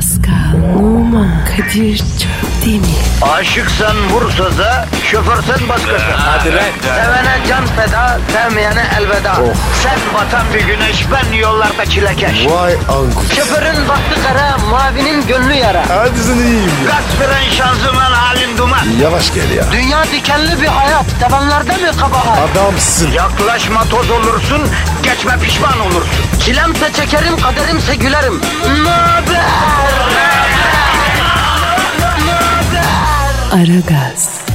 Pascal, Oman, Kadir çok değil mi? Aşıksan vursa da, şoförsen başkasın. Hadi lan. Sevene can feda, sevmeyene elveda. Sen batan bir güneş, ben yollarda çilekeş. Vay anku. Şoförün baktı kara, mavinin gönlü yara. Hadi sen iyiyim ya. Kasperen şanzıman halin duman. Yavaş gel ya. Dünya dikenli bir hayat, sevenlerde mi kabahar? Adamsın. Yaklaşma toz olursun, geçme pişman olursun. Çilemse çekerim, kaderimse gülerim. Möber! Aragaz,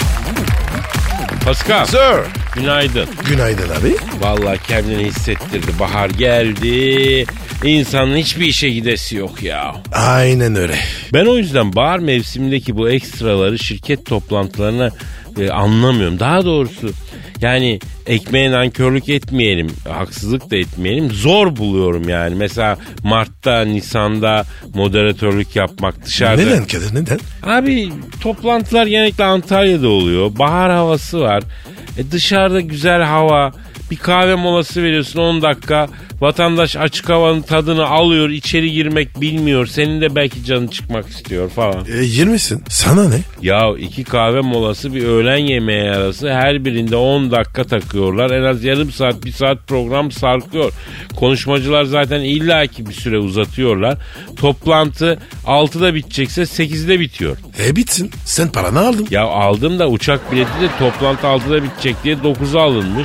Pascal, Sir. günaydın. Günaydın abi. Vallahi kendini hissettirdi. Bahar geldi. İnsanın hiçbir işe gidesi yok ya. Aynen öyle. Ben o yüzden bahar mevsimindeki bu ekstraları şirket toplantılarına anlamıyorum. Daha doğrusu yani ekmeğe nankörlük etmeyelim, haksızlık da etmeyelim. Zor buluyorum yani. Mesela Mart'ta, Nisan'da moderatörlük yapmak dışarıda. Neden Kadir, neden? Abi toplantılar genellikle Antalya'da oluyor. Bahar havası var. Dışarıda güzel hava. Bir kahve molası veriyorsun 10 dakika. Vatandaş açık havanın tadını alıyor. İçeri girmek bilmiyor. Senin de belki canın çıkmak istiyor falan. 20'sin. Sana ne? Ya 2 kahve molası bir öğlen yemeği arası. Her birinde 10 dakika takıyorlar. En az yarım saat 1 saat program sarkıyor. Konuşmacılar zaten illaki bir süre uzatıyorlar. Toplantı 6'da bitecekse 8'de bitiyor. Bitsin. Sen paranı aldın. Ya aldım da uçak bileti de toplantı 6'da bitecek diye 9'a alınmış.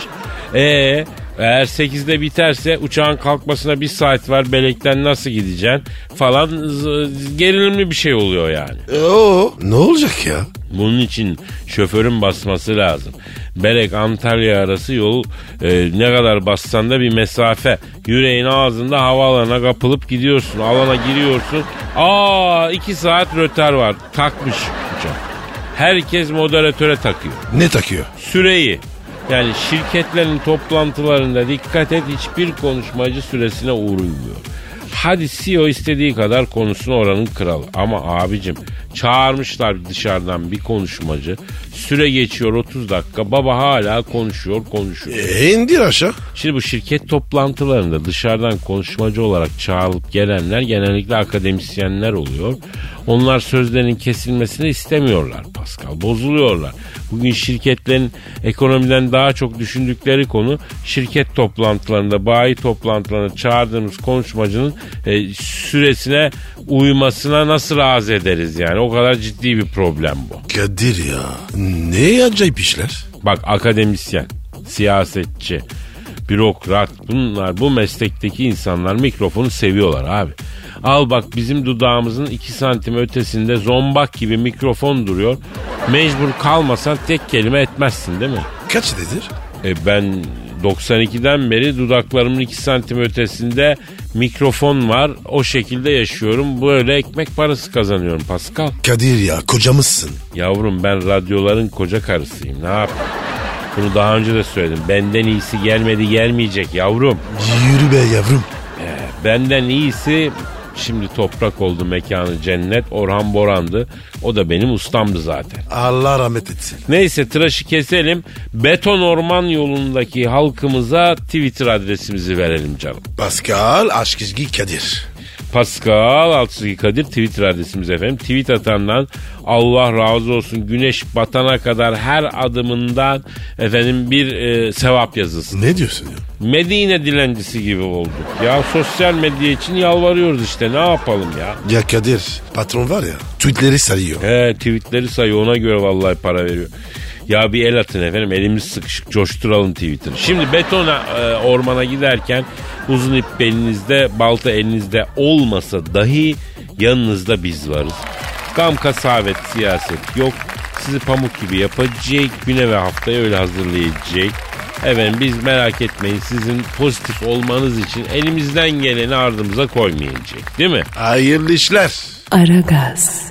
Eğer 8'de biterse uçağın kalkmasına 1 saat var, belekten nasıl gideceksin falan, gerilimli bir şey oluyor yani. Ne olacak ya? Bunun için şoförün basması lazım. Belek Antalya arası yol ne kadar bassan da bir mesafe. Yüreğin ağzında havaalanına kapılıp gidiyorsun. Alana giriyorsun. 2 saat rötar var. Takmış uçak. Herkes moderatöre takıyor. Ne takıyor? Süreyi. Yani şirketlerin toplantılarında dikkat et, hiçbir konuşmacı süresine uymuyor. Hadi CEO istediği kadar konuşsun, oranın kralı. Ama abicim çağırmışlar dışarıdan bir konuşmacı. Süre geçiyor 30 dakika. Baba hala konuşuyor. İndir aşağı. Şimdi bu şirket toplantılarında dışarıdan konuşmacı olarak çağrılıp gelenler genellikle akademisyenler oluyor. Onlar sözlerinin kesilmesini istemiyorlar Pascal. Bozuluyorlar. Bugün şirketlerin ekonomiden daha çok düşündükleri konu şirket toplantılarında, bayi toplantılarında çağırdığımız konuşmacının süresine uymasına nasıl razı ederiz yani. O kadar ciddi bir problem bu. Kadir ya, ne acayip işler. Bak akademisyen, siyasetçi, bürokrat, bunlar, bu meslekteki insanlar mikrofonu seviyorlar abi. Al bak, bizim dudağımızın 2 santim ötesinde zombak gibi mikrofon duruyor. Mecbur kalmasan tek kelime etmezsin değil mi? Kaç nedir? Ben 92'den beri dudaklarımın 2 santim ötesinde mikrofon var. O şekilde yaşıyorum. Böyle ekmek parası kazanıyorum Pascal. Kadir ya, kocamızsın. Yavrum ben radyoların koca karısıyım. Ne yapayım? Bunu daha önce de söyledim. Benden iyisi gelmedi, gelmeyecek yavrum. Yürü be yavrum. Benden iyisi şimdi toprak oldu, mekanı cennet, Orhan Boran'dı. O da benim ustamdı zaten. Allah rahmet etsin. Neyse, tıraşı keselim. Beton Orman yolundaki halkımıza Twitter adresimizi verelim canım. Pascal Aşkizgi Kadir. Pascal Aşkizgi Kadir Twitter adresimiz efendim. Tweet atandan Allah razı olsun. Güneş batana kadar her adımından efendim bir sevap yazısı. Ne diyorsun ya? Medine dilencisi gibi olduk. Ya sosyal medya için yalvarıyoruz işte, ne yapalım ya. Ya Kadir, patron var ya, tweetleri sayıyor. Tweetleri sayıyor, ona göre vallahi para veriyor. Ya bir el atın efendim, elimiz sıkışık, coşturalım Twitter'ı. Şimdi betona ormana giderken uzun ip belinizde, balta elinizde olmasa dahi yanınızda biz varız. Gam kasavet siyaset yok. Sizi pamuk gibi yapacak, güne ve haftaya öyle hazırlayacak. Efendim biz merak etmeyin, sizin pozitif olmanız için elimizden geleni ardımıza koymayacak, değil mi? Hayırlı işler. Aragaz.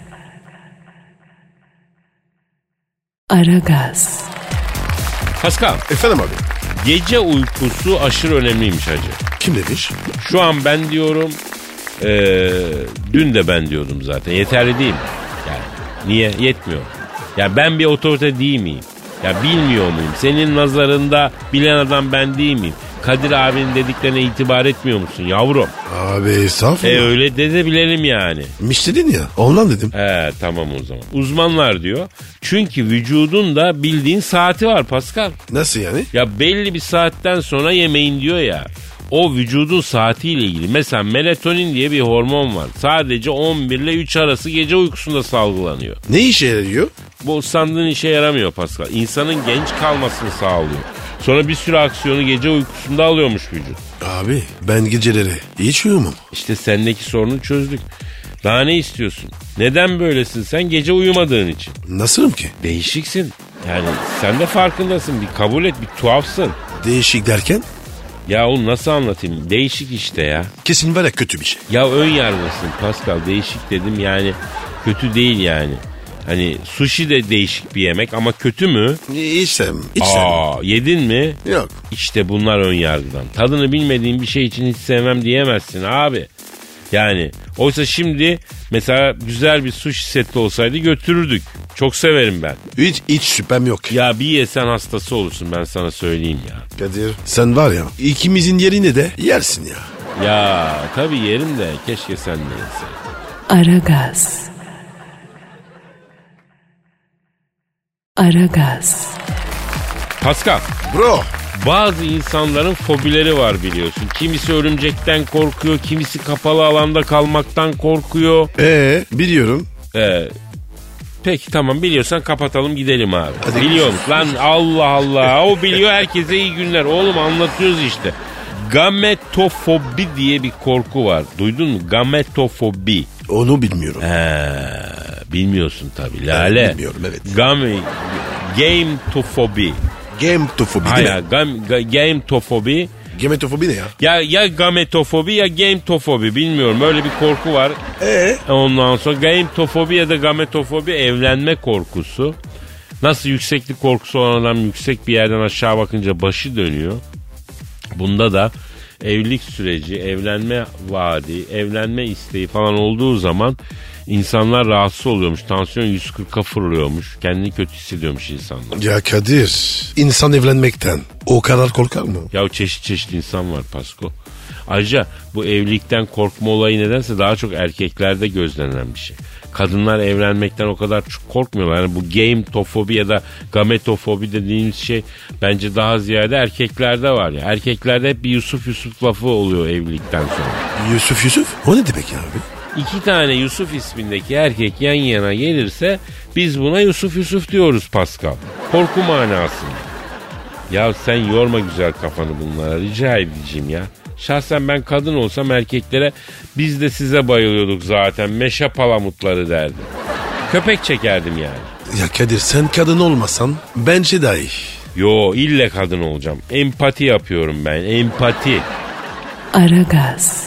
Aragaz. Pascal, Efendim abi. gece uykusu aşırı önemliymiş hacı. Kim demiş? Şu an ben diyorum, dün de ben diyordum zaten. Yeterli değil mi? Yani niye? Yetmiyor. Ya ben bir otorite değil miyim? Ya bilmiyor muyum? Senin nazarında bilen adam ben değil miyim? Kadir abinin dediklerine itibar etmiyor musun yavrum? Abi estağfurullah. Öyle de bilelim yani. Mişledin ya ondan dedim. Tamam o zaman. Uzmanlar diyor. Çünkü vücudun da bildiğin saati var Pascal. Nasıl yani? Ya belli bir saatten sonra yemeyin diyor ya. O vücudun saatiyle ilgili. Mesela melatonin diye bir hormon var. Sadece 11 ile 3 arası gece uykusunda salgılanıyor. Ne işe yarıyor? Bu sandığın işe yaramıyor Pascal. İnsanın genç kalmasını sağlıyor. Sonra bir sürü aksiyonu gece uykusunda alıyormuş vücut. Abi ben geceleri hiç uyumam. İşte sendeki sorunu çözdük. Daha ne istiyorsun? Neden böylesin sen? Gece uyumadığın için. Nasılım ki? Değişiksin. Yani sen de farkındasın. Bir kabul et, bir tuhafsın. Değişik derken? Ya onu nasıl anlatayım? Değişik işte ya. Kesin var ya kötü bir şey. Ya ön yargısın Pascal. Değişik dedim yani kötü değil yani. Hani sushi de değişik bir yemek ama kötü mü? Hiç sevmem. Yedin mi? Yok. İşte bunlar ön yargıdan. Tadını bilmediğin bir şey için hiç sevmem diyemezsin abi. Yani oysa şimdi mesela güzel bir sushi seti olsaydı götürürdük. Çok severim ben. Hiç şüphem yok. Ya bir yesen hastası olursun ben sana söyleyeyim ya. Kadir sen var ya ikimizin yerine de yersin ya. Ya tabii yerim de keşke sen de yesen. Aragaz. Aragaz. Pascal. Bro. Bazı insanların fobileri var biliyorsun. Kimisi örümcekten korkuyor, kimisi kapalı alanda kalmaktan korkuyor. Biliyorum. Peki tamam biliyorsan kapatalım gidelim abi. Hadi biliyor musun? Lan Allah Allah o biliyor herkese iyi günler. Oğlum anlatıyoruz işte. Gametofobi diye bir korku var. Duydun mu? Gametofobi. Onu bilmiyorum. Bilmiyorsun tabii Lale. Bilmiyorum evet. Gametofobi. Gametofobi değil mi? Gametofobi. Gametofobi ne ya? Ya gametofobi ya gametofobi bilmiyorum. Öyle bir korku var. Ondan sonra gametofobi ya da gametofobi evlenme korkusu. Nasıl yükseklik korkusu olan adam yüksek bir yerden aşağı bakınca başı dönüyor. Bunda da evlilik süreci, evlenme vaadi, evlenme isteği falan olduğu zaman insanlar rahatsız oluyormuş. Tansiyon 140'a fırlıyormuş. Kendini kötü hissediyormuş insanlar. Ya Kadir, insan evlenmekten o kadar korkar mı? Ya çeşit insan var Pasko. Ayrıca bu evlilikten korkma olayı nedense daha çok erkeklerde gözlenen bir şey. Kadınlar evlenmekten o kadar çok korkmuyorlar. Yani bu gametofobi ya da gametofobi dediğimiz şey bence daha ziyade erkeklerde var ya. Erkeklerde hep bir Yusuf lafı oluyor evlilikten sonra. Yusuf? O ne demek ya abi? 2 tane Yusuf ismindeki erkek yan yana gelirse biz buna Yusuf diyoruz Pascal. Korku manasında. Ya sen yorma güzel kafanı bunlara rica edeceğim ya. Şahsen ben kadın olsam erkeklere biz de size bayılıyorduk zaten meşe palamutları derdim. Köpek çekerdim yani. Ya Kadir sen kadın olmasan bence daha iyi. Yo ille kadın olacağım. Empati yapıyorum ben empati. Aragaz.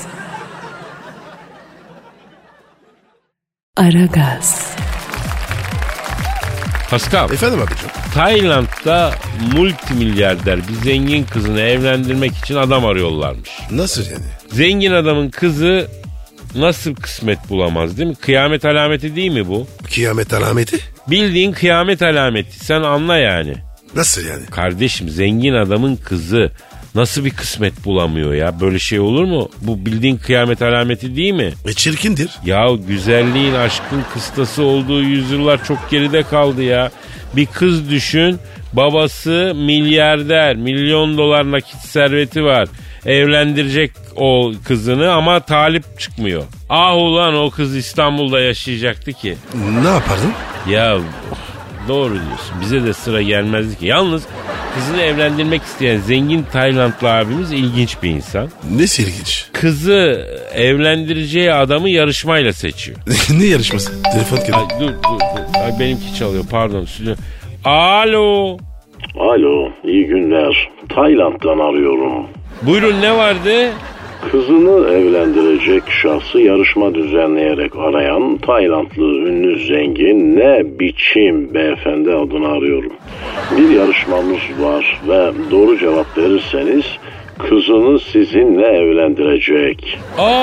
Pascal. Efendim abicim? Tayland'da multimilyarder bir zengin kızını evlendirmek için adam arıyorlarmış. Nasıl yani? Zengin adamın kızı nasıl kısmet bulamaz değil mi? Kıyamet alameti değil mi bu? Kıyamet alameti? Bildiğin kıyamet alameti. Sen anla yani. Nasıl yani? Kardeşim zengin adamın kızı nasıl bir kısmet bulamıyor ya? Böyle şey olur mu? Bu bildiğin kıyamet alameti değil mi? Çirkindir. Ya güzelliğin aşkın kıstası olduğu yüzyıllar çok geride kaldı ya. Bir kız düşün, babası milyarder, milyon dolar nakit serveti var. Evlendirecek o kızını ama talip çıkmıyor. Ah ulan o kız İstanbul'da yaşayacaktı ki. Ne yapardın? Ya doğru diyorsun. Bize de sıra gelmezdi ki. Yalnız kızını evlendirmek isteyen zengin Taylandlı abimiz ilginç bir insan. Nesi ilginç? Kızı evlendireceği adamı yarışmayla seçiyor. Ne yarışması? Telefon geldi. Ay, dur. Ay, benimki çalıyor pardon. Alo. Alo, iyi günler. Tayland'dan arıyorum. Buyurun ne vardı? Kızını evlendirecek şahsı yarışma düzenleyerek arayan Taylandlı ünlü zengin ne biçim beyefendi adını arıyorum. Bir yarışmamız var ve doğru cevap verirseniz kızını sizinle evlendirecek.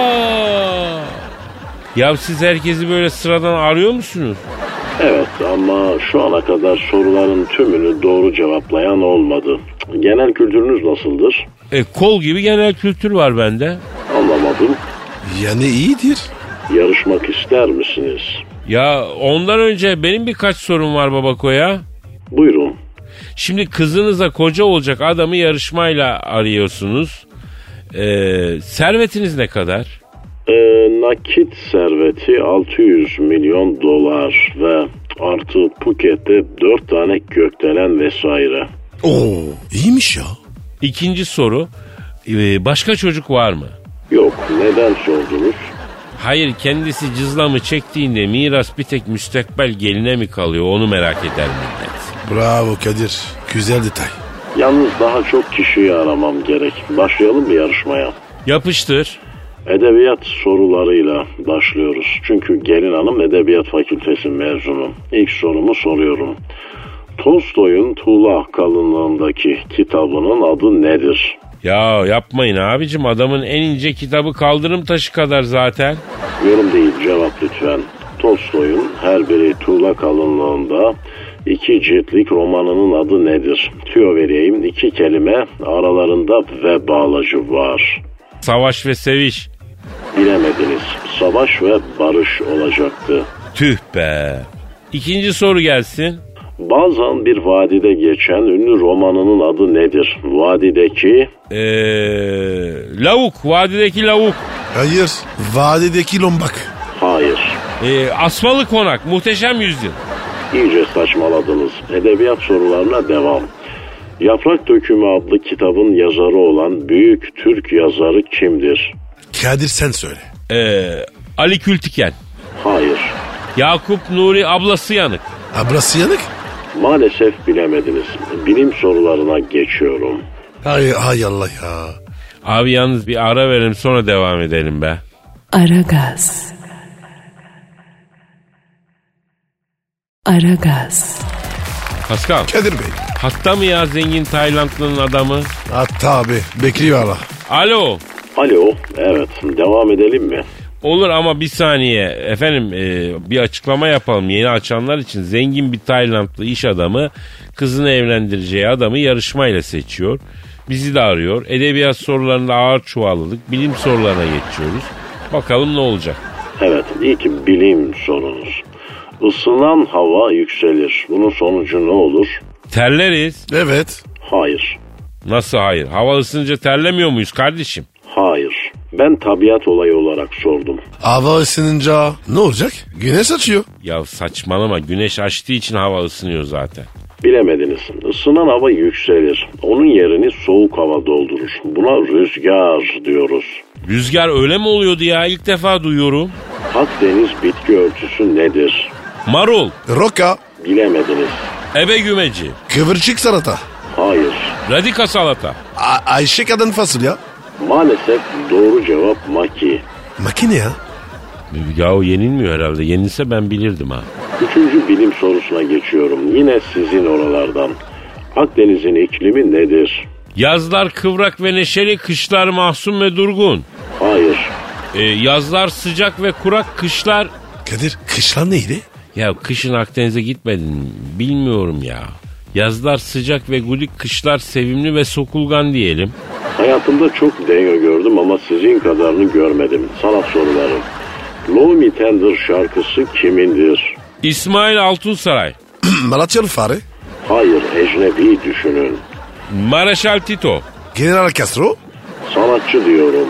Ya siz herkesi böyle sıradan arıyor musunuz? Evet ama şu ana kadar soruların tümünü doğru cevaplayan olmadı. Genel kültürünüz nasıldır? Kol gibi genel kültür var bende. Anlamadım. Yani iyidir. Yarışmak ister misiniz? Ya ondan önce benim birkaç sorum var Babako'ya. Buyurun. Şimdi kızınıza koca olacak adamı yarışmayla arıyorsunuz. Servetiniz ne kadar? Nakit serveti 600 milyon dolar ve artı Phuket'te 4 tane gökdelen vesaire. Oo, iyiymiş ya. İkinci soru. Başka çocuk var mı? Yok, neden sordunuz? Hayır, kendisi cızlamı çektiğinde miras bir tek müstakbel geline mi kalıyor, onu merak eder millet. Bravo Kadir. Güzel detay. Yalnız daha çok kişiyi aramam gerek. Başlayalım mı yarışmaya? Yapıştır. Edebiyat sorularıyla başlıyoruz. Çünkü gelin hanım Edebiyat Fakültesi mezunu. İlk sorumu soruyorum. Tolstoy'un Tuğla kalınlığındaki kitabının adı nedir? Ya yapmayın abicim, adamın en ince kitabı kaldırım taşı kadar zaten. Yorum değil, cevap lütfen. Tolstoy'un her biri tuğla kalınlığında 2 ciltlik romanının adı nedir? Tüyo vereyim, 2 kelime, aralarında ve bağlacı var. Savaş ve seviş. Bilemediniz. Savaş ve barış olacaktı. Tüh be. İkinci soru gelsin. Bazen bir vadide geçen ünlü romanının adı nedir? Vadideki... Lavuk. Vadideki lavuk. Hayır. Vadideki lombak. Hayır. Asmalı konak. Muhteşem yüzyıl. İyice saçmaladınız. Edebiyat sorularına devam. Yaprak Dökümü adlı kitabın yazarı olan büyük Türk yazarı kimdir? Kadir sen söyle. Ali Kültiken. Hayır. Yakup Nuri Ablası Yanık. Ablası yanık. Maalesef bilemediniz. Bilim sorularına geçiyorum. Hay Allah ya. Abi yalnız bir ara verelim, sonra devam edelim be. Aragaz. Aragaz. Pascal. Kadir Bey. Hatta mı ya zengin Taylandlı'nın adamı? Hatta abi. Bekliyor hala. Alo. Alo, evet. Devam edelim mi? Olur ama bir saniye. Efendim bir açıklama yapalım. Yeni açanlar için zengin bir Taylandlı iş adamı kızını evlendireceği adamı yarışmayla seçiyor. Bizi de arıyor. Edebiyat sorularında ağır çuvalladık. Bilim sorularına geçiyoruz. Bakalım ne olacak? Evet, ilk bilim sorunuz. Isınan hava yükselir. Bunun sonucu ne olur? Terleriz. Evet. Hayır. Nasıl hayır? Hava ısınınca terlemiyor muyuz kardeşim? Hayır. Ben tabiat olayı olarak sordum. Hava ısınınca ne olacak? Güneş açıyor. Ya saçmalama, güneş açtığı için hava ısınıyor zaten. Bilemediniz. Isınan hava yükselir. Onun yerini soğuk hava doldurur. Buna rüzgar diyoruz. Rüzgar öyle mi oluyordu ya? İlk defa duyuyorum. Akdeniz bitki örtüsü nedir? Marul. Roka. Bilemediniz. Ebe gümeci. Kıvırcık salata. Hayır. Radika salata. Ayşe kadın fasulye. Maalesef doğru cevap maki. Makine ya. Ya o yenilmiyor herhalde. Yenilse ben bilirdim ha. 3. bilim sorusuna geçiyorum. Yine sizin oralardan. Akdeniz'in iklimi nedir? Yazlar kıvrak ve neşeli, kışlar mahzun ve durgun. Hayır. Yazlar sıcak ve kurak, kışlar... Kadir kışlar neydi? Ya kışın Akdeniz'e gitmedin, bilmiyorum ya. Yazlar sıcak ve gudik, kışlar sevimli ve sokulgan diyelim. Hayatımda çok denyo gördüm ama sizin kadarını görmedim. Sanat soruları. Love Me Tender şarkısı kimindir? İsmail Altunsaray. Malatyalı fare. Hayır, ecnebi düşünün. Mareşal Tito. General Castro. Sanatçı diyorum.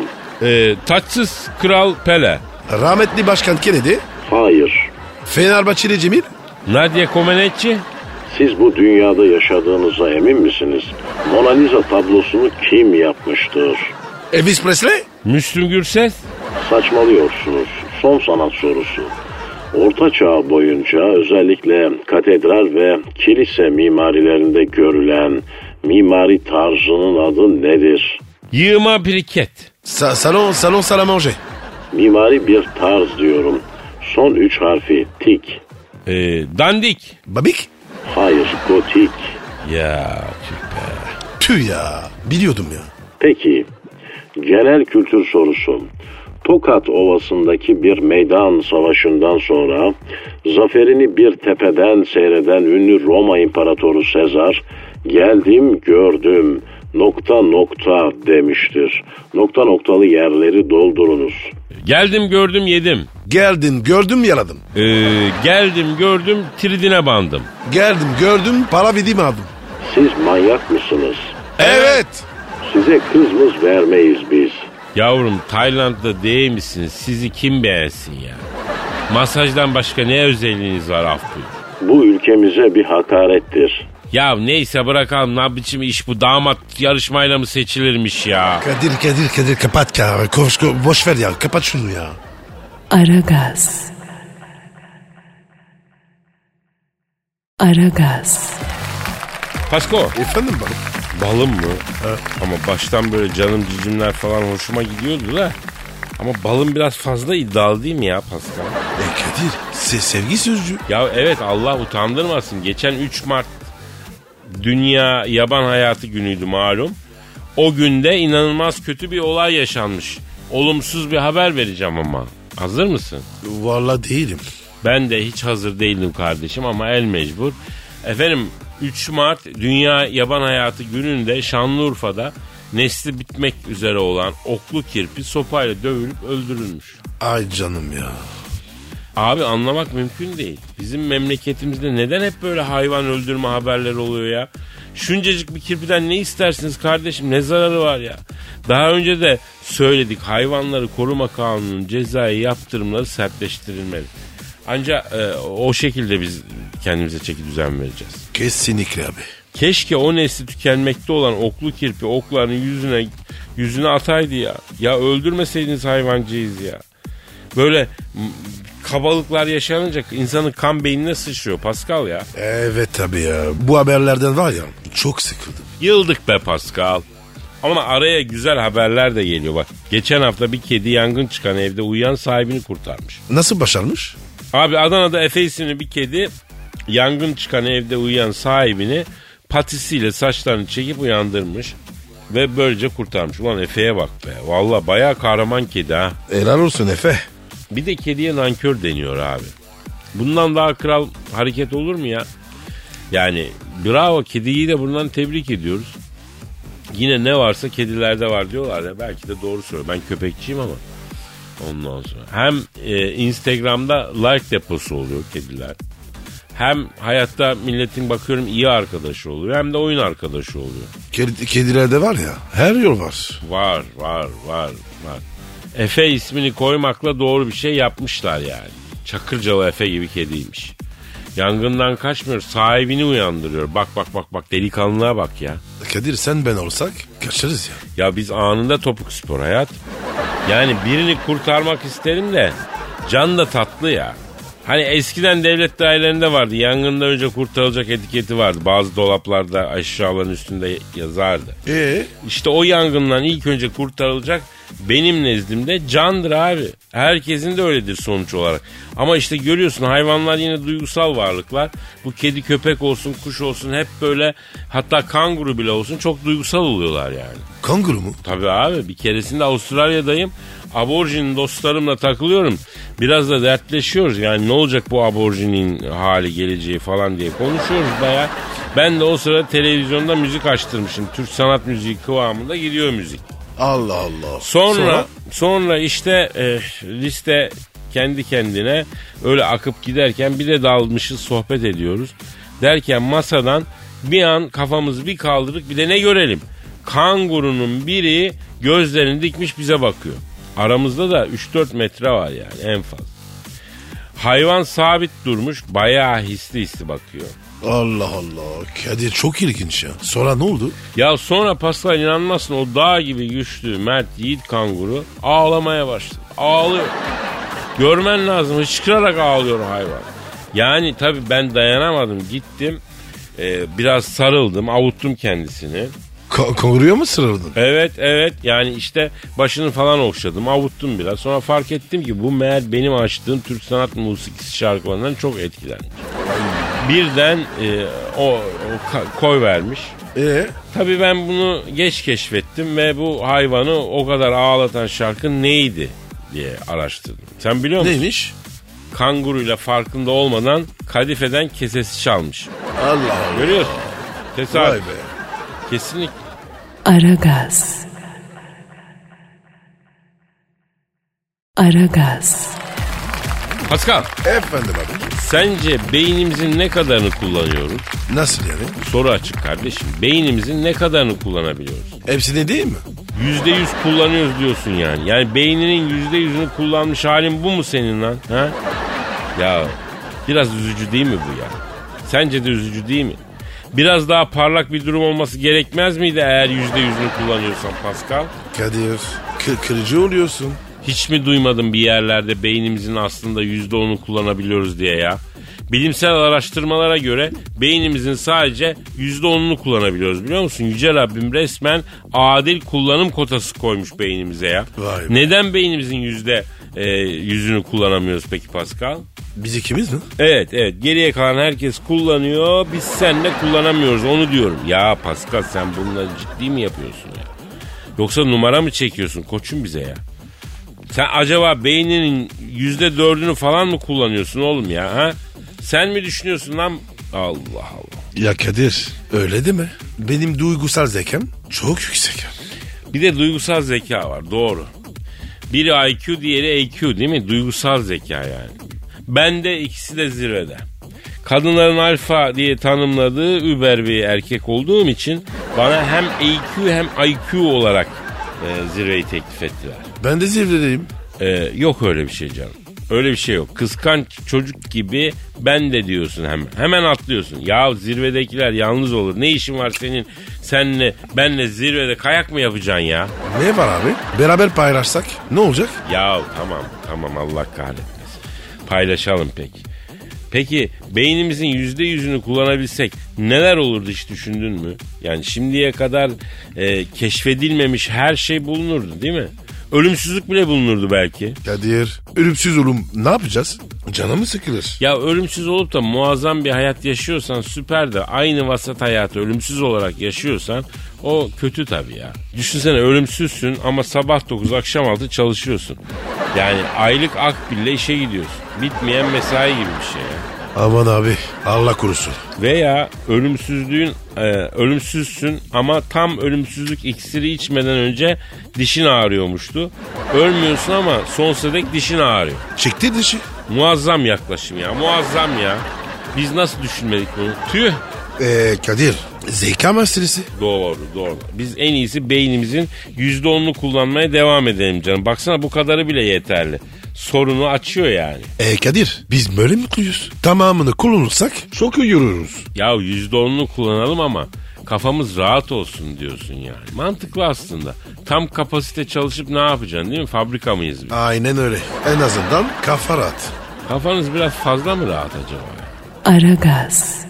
Taçsız Kral Pele. Rahmetli Başkan Kennedy. Hayır. Fenerbahçeli Cemil. Nadia Comaneci. Siz bu dünyada yaşadığınıza emin misiniz? Mona Lisa tablosunu kim yapmıştır? Elvis Presley. Müslüm Gürses. Saçmalıyorsunuz. Son sanat sorusu. Orta Çağ boyunca özellikle katedral ve kilise mimarilerinde görülen mimari tarzının adı nedir? Yığma briket. Salon salle à manger. Mimari bir tarz diyorum. Son 3 harfi tik. Dandik. Babik. Hayır, gotik. Ya Tüh ya. Biliyordum ya. Peki, genel kültür sorusu. Tokat Ovası'ndaki bir meydan savaşından sonra zaferini bir tepeden seyreden ünlü Roma İmparatoru Sezar, geldim gördüm, nokta nokta demiştir. Nokta noktalı yerleri doldurunuz. Geldim gördüm yedim. Geldin gördüm yaradım. Geldim gördüm tridine bandım. Geldim gördüm para verdim aldım. Siz manyak mısınız? Evet. Size kız mız vermeyiz biz. Yavrum Tayland'da değil misiniz? Sizi kim beğensin ya? Masajdan başka ne özelliğiniz var af buyurun. Bu ülkemize bir hakarettir. Ya neyse bırakalım, ne biçim iş bu, damat yarışmayla mı seçilirmiş ya? Kadir kapat ya. Boş ver ya, kapat şunu ya. Aragaz. Aragaz. Pasko. Efendim bak. Balım mı? Ama baştan böyle canım cicimler falan hoşuma gidiyordu da. Ama balım biraz fazla iddialı değil mi ya Pascal? Kadir sevgi sözcüğü. Ya evet, Allah utandırmasın. Geçen 3 Mart Dünya Yaban Hayatı Günü'ydü malum. O günde inanılmaz kötü bir olay yaşanmış. Olumsuz bir haber vereceğim ama. Hazır mısın? Vallahi değilim. Ben de hiç hazır değildim kardeşim ama el mecbur. Efendim 3 Mart Dünya Yaban Hayatı Günü'nde Şanlıurfa'da nesli bitmek üzere olan oklu kirpi sopayla dövülüp öldürülmüş. Ay canım ya. Abi anlamak mümkün değil. Bizim memleketimizde neden hep böyle hayvan öldürme haberleri oluyor ya? Şuncacık bir kirpiden ne istersiniz kardeşim? Ne zararı var ya? Daha önce de söyledik, hayvanları koruma kanununun cezai yaptırımları sertleştirilmeli. Ancak o şekilde biz kendimize çeki düzen vereceğiz. Kesinlikle abi. Keşke o nesli tükenmekte olan oklu kirpi oklarını yüzüne ataydı ya. Ya öldürmeseydiniz hayvancıyız ya. Böyle kabalıklar yaşanınca insanın kan beynine sıçrıyor Pascal ya. Evet tabii ya. Bu haberlerden var ya çok sıkıldım. Yıldık be Pascal. Ama araya güzel haberler de geliyor bak. Geçen hafta bir kedi yangın çıkan evde uyuyan sahibini kurtarmış. Nasıl başarmış? Abi Adana'da Efe isimli bir kedi yangın çıkan evde uyuyan sahibini patisiyle saçlarını çekip uyandırmış. Ve böylece kurtarmış. Ulan Efe'ye bak be. Valla bayağı kahraman kedi ha. Helal olsun Efe. Bir de kediye nankör deniyor abi. Bundan daha kral hareket olur mu ya? Yani bravo, kediyi de bundan tebrik ediyoruz. Yine ne varsa kedilerde var diyorlar ya. Belki de doğru söylüyor. Ben köpekçiyim ama. Ondan sonra. Hem Instagram'da like deposu oluyor kediler. Hem hayatta milletin bakıyorum iyi arkadaşı oluyor. Hem de oyun arkadaşı oluyor. Kedilerde var ya her yol var. Var. Efe ismini koymakla doğru bir şey yapmışlar yani. Çakırcalı Efe gibi kediymiş. Yangından kaçmıyor, sahibini uyandırıyor. Bak delikanlılığa bak ya. Kadir sen ben olsak kaçarız ya. Ya biz anında topuk spor hayat. Yani birini kurtarmak isterim de can da tatlı ya. Hani eskiden devlet dairelerinde vardı. Yangından önce kurtarılacak etiketi vardı. Bazı dolaplarda aşağıların üstünde yazardı. İşte o yangından ilk önce kurtarılacak benim nezdimde candır abi. Herkesin de öyledir sonuç olarak. Ama işte görüyorsun hayvanlar yine duygusal varlıklar. Bu kedi köpek olsun kuş olsun hep böyle, hatta kanguru bile olsun çok duygusal oluyorlar yani. Kanguru mu? Tabii abi, bir keresinde Avustralya'dayım. Aborjin dostlarımla takılıyorum. Biraz da dertleşiyoruz. Yani ne olacak bu aborjinin hali, geleceği falan diye konuşuyoruz bayağı. Ben de o sırada televizyonda müzik açtırmışım. Türk sanat müziği kıvamında gidiyor müzik. Allah Allah. Sonra işte liste kendi kendine öyle akıp giderken bir de dalmışız, sohbet ediyoruz. Derken masadan bir an kafamızı bir kaldırdık, bir de ne görelim? Kangurunun biri gözlerini dikmiş bize bakıyor. Aramızda da 3-4 metre var yani en fazla. Hayvan sabit durmuş, bayağı hisli bakıyor. Allah Allah. Kadir çok ilginç ya. Sonra ne oldu? Ya sonra Pascal inanmazsın, o dağ gibi güçlü mert yiğit kanguru ağlamaya başladı. Ağlıyor. Görmen lazım, hıçkırarak ağlıyor hayvan. Yani tabii ben dayanamadım, gittim. Biraz sarıldım, avuttum kendisini. Kanguruya mı sarıldın? Evet yani işte başını falan okşadım, avuttum biraz. Sonra fark ettim ki bu meğer benim açtığım Türk sanat musikisi şarkılarından çok etkilenmiş. Birden o koy vermiş. Tabii ben bunu geç keşfettim ve bu hayvanı o kadar ağlatan şarkı neydi diye araştırdım. Sen biliyor musun? Neymiş? Kanguruyla farkında olmadan kadifeden kesesi çalmış. Allah Allah. Görüyorsun. Tesadüf. Vay be. Kesinlikle. Aragaz. Aragaz. Pascal, Efendim abi. sence beynimizin ne kadarını kullanıyoruz? Nasıl yani? Soru açık kardeşim. Beynimizin ne kadarını kullanabiliyoruz? Hepsini değil mi? %100 kullanıyoruz diyorsun yani. Yani beyninin %100'ünü kullanmış halin bu mu senin lan? Ha? Ya biraz üzücü değil mi bu ya? Sence de üzücü değil mi? Biraz daha parlak bir durum olması gerekmez miydi eğer %100'ünü kullanıyorsan Pascal? Kadir, kırıcı oluyorsun. Hiç mi duymadın bir yerlerde beynimizin aslında %10'unu kullanabiliyoruz diye ya? Bilimsel araştırmalara göre beynimizin sadece %10'unu kullanabiliyoruz biliyor musun? Yüce Rabbim resmen adil kullanım kotası koymuş beynimize ya. Vay be. Neden beynimizin %100'ünü kullanamıyoruz peki Pascal? Biz ikimiz mi? Evet geriye kalan herkes kullanıyor, biz seninle kullanamıyoruz onu diyorum. Ya Pascal sen bunları ciddi mi yapıyorsun ya? Yoksa numara mı çekiyorsun koçum bize ya? Sen acaba beyninin %4'ünü falan mı kullanıyorsun oğlum ya? Ha? Sen mi düşünüyorsun lan? Allah Allah. Ya Kadir, öyle değil mi? Benim duygusal zekam çok yüksek. Bir de duygusal zeka var doğru. Biri IQ diğeri EQ değil mi? Duygusal zeka yani. Bende ikisi de zirvede. Kadınların alfa diye tanımladığı über bir erkek olduğum için bana hem EQ hem IQ olarak zirveyi teklif ettiler. Ben de zirvedeyim. Yok öyle bir şey canım. Öyle bir şey yok. Kıskanç çocuk gibi ben de diyorsun hemen. Hemen atlıyorsun. Ya zirvedekiler yalnız olur. Ne işin var senin senle benle zirvede kayak mı yapacaksın ya? Ne var abi? Beraber paylaşsak ne olacak? Ya tamam Allah kahretmesin. Paylaşalım peki. Peki beynimizin %100'ünü kullanabilsek neler olurdu hiç düşündün mü? Yani şimdiye kadar keşfedilmemiş her şey bulunurdu değil mi? Ölümsüzlük bile bulunurdu belki. Kadir, ölümsüz olum ne yapacağız? Canımı sıkılır. Ya ölümsüz olup da muazzam bir hayat yaşıyorsan süper de aynı vasat hayatı ölümsüz olarak yaşıyorsan o kötü tabii ya. Düşünsene ölümsüzsün ama sabah 9 akşam 6 çalışıyorsun. Yani aylık akbille işe gidiyorsun. Bitmeyen mesai gibi bir şey ya. Aman abi, Allah korusun. Veya ölümsüzsün ama tam ölümsüzlük iksiri içmeden önce dişin ağrıyormuştu. Ölmüyorsun ama sonsuza dek dişin ağrıyor. Çekti dişi. Muazzam yaklaşım ya muazzam ya. Biz nasıl düşünmedik bunu? Tüh. Kadir, zeka meselesi. Doğru. Biz en iyisi beynimizin %10'unu kullanmaya devam edelim canım. Baksana bu kadarı bile yeterli. Sorunu açıyor yani. Kadir, biz böyle mutluyuz. Tamamını kullanırsak çok yürürüz. Ya %10'unu kullanalım ama kafamız rahat olsun diyorsun yani. Mantıklı aslında. Tam kapasite çalışıp ne yapacaksın değil mi? Fabrika mıyız biz? Aynen öyle. En azından kafa rahat. Kafanız biraz fazla mı rahat acaba? Aragaz.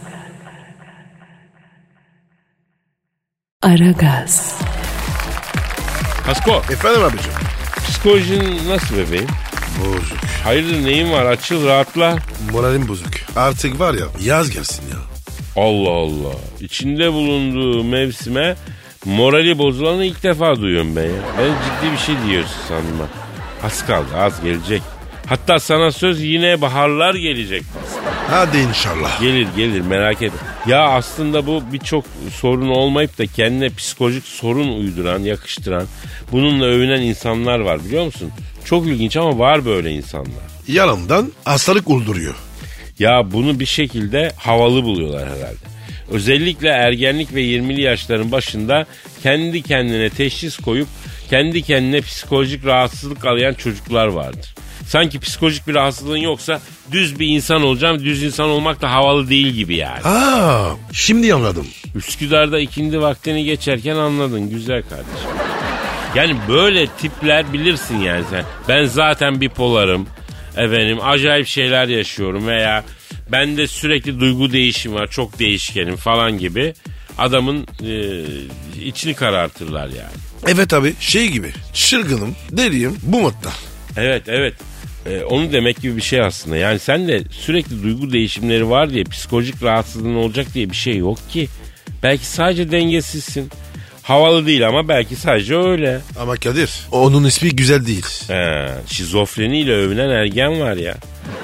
Aragaz. Pasko, Efendim abicim. psikolojin nasıl bebeğim? Bozuk. Hayırdır neyin var? Açıl rahatla. Moralim bozuk. Artık var ya, yaz gelsin ya. Allah Allah. İçinde bulunduğu mevsime morali bozulanı ilk defa duyuyorum ben ya. Ben ciddi bir şey diyorsun sandım ben. Az kaldı az gelecek. Hatta sana söz yine baharlar gelecek. Hadi inşallah. Gelir merak etme. Ya aslında bu birçok sorun olmayıp da kendine psikolojik sorun uyduran, yakıştıran, bununla övünen insanlar var biliyor musun? Çok ilginç ama var böyle insanlar. Yalandan hastalık olduruyor. Ya bunu bir şekilde havalı buluyorlar herhalde. Özellikle ergenlik ve 20'li yaşların başında kendi kendine teşhis koyup kendi kendine psikolojik rahatsızlık arayan çocuklar vardır. Sanki psikolojik bir rahatsızlığın yoksa düz bir insan olacağım, düz insan olmak da havalı değil gibi yani. Şimdi anladım. Üsküdar'da ikindi vaktini geçerken anladın güzel kardeşim. Yani böyle tipler bilirsin yani sen. Ben zaten bipolarım. Efendim acayip şeyler yaşıyorum veya bende sürekli duygu değişimi var, çok değişkenim falan gibi adamın içini karartırlar yani. Evet abi, şey gibi, çılgınım, deliyim, bu modda. Evet. Onu demek gibi bir şey aslında. Yani sen de sürekli duygu değişimleri var diye psikolojik rahatsızlığın olacak diye bir şey yok ki. Belki sadece dengesizsin. Havalı değil ama belki sadece öyle. Ama Kadir, onun ismi güzel değil. Şizofreniyle övünen ergen var ya.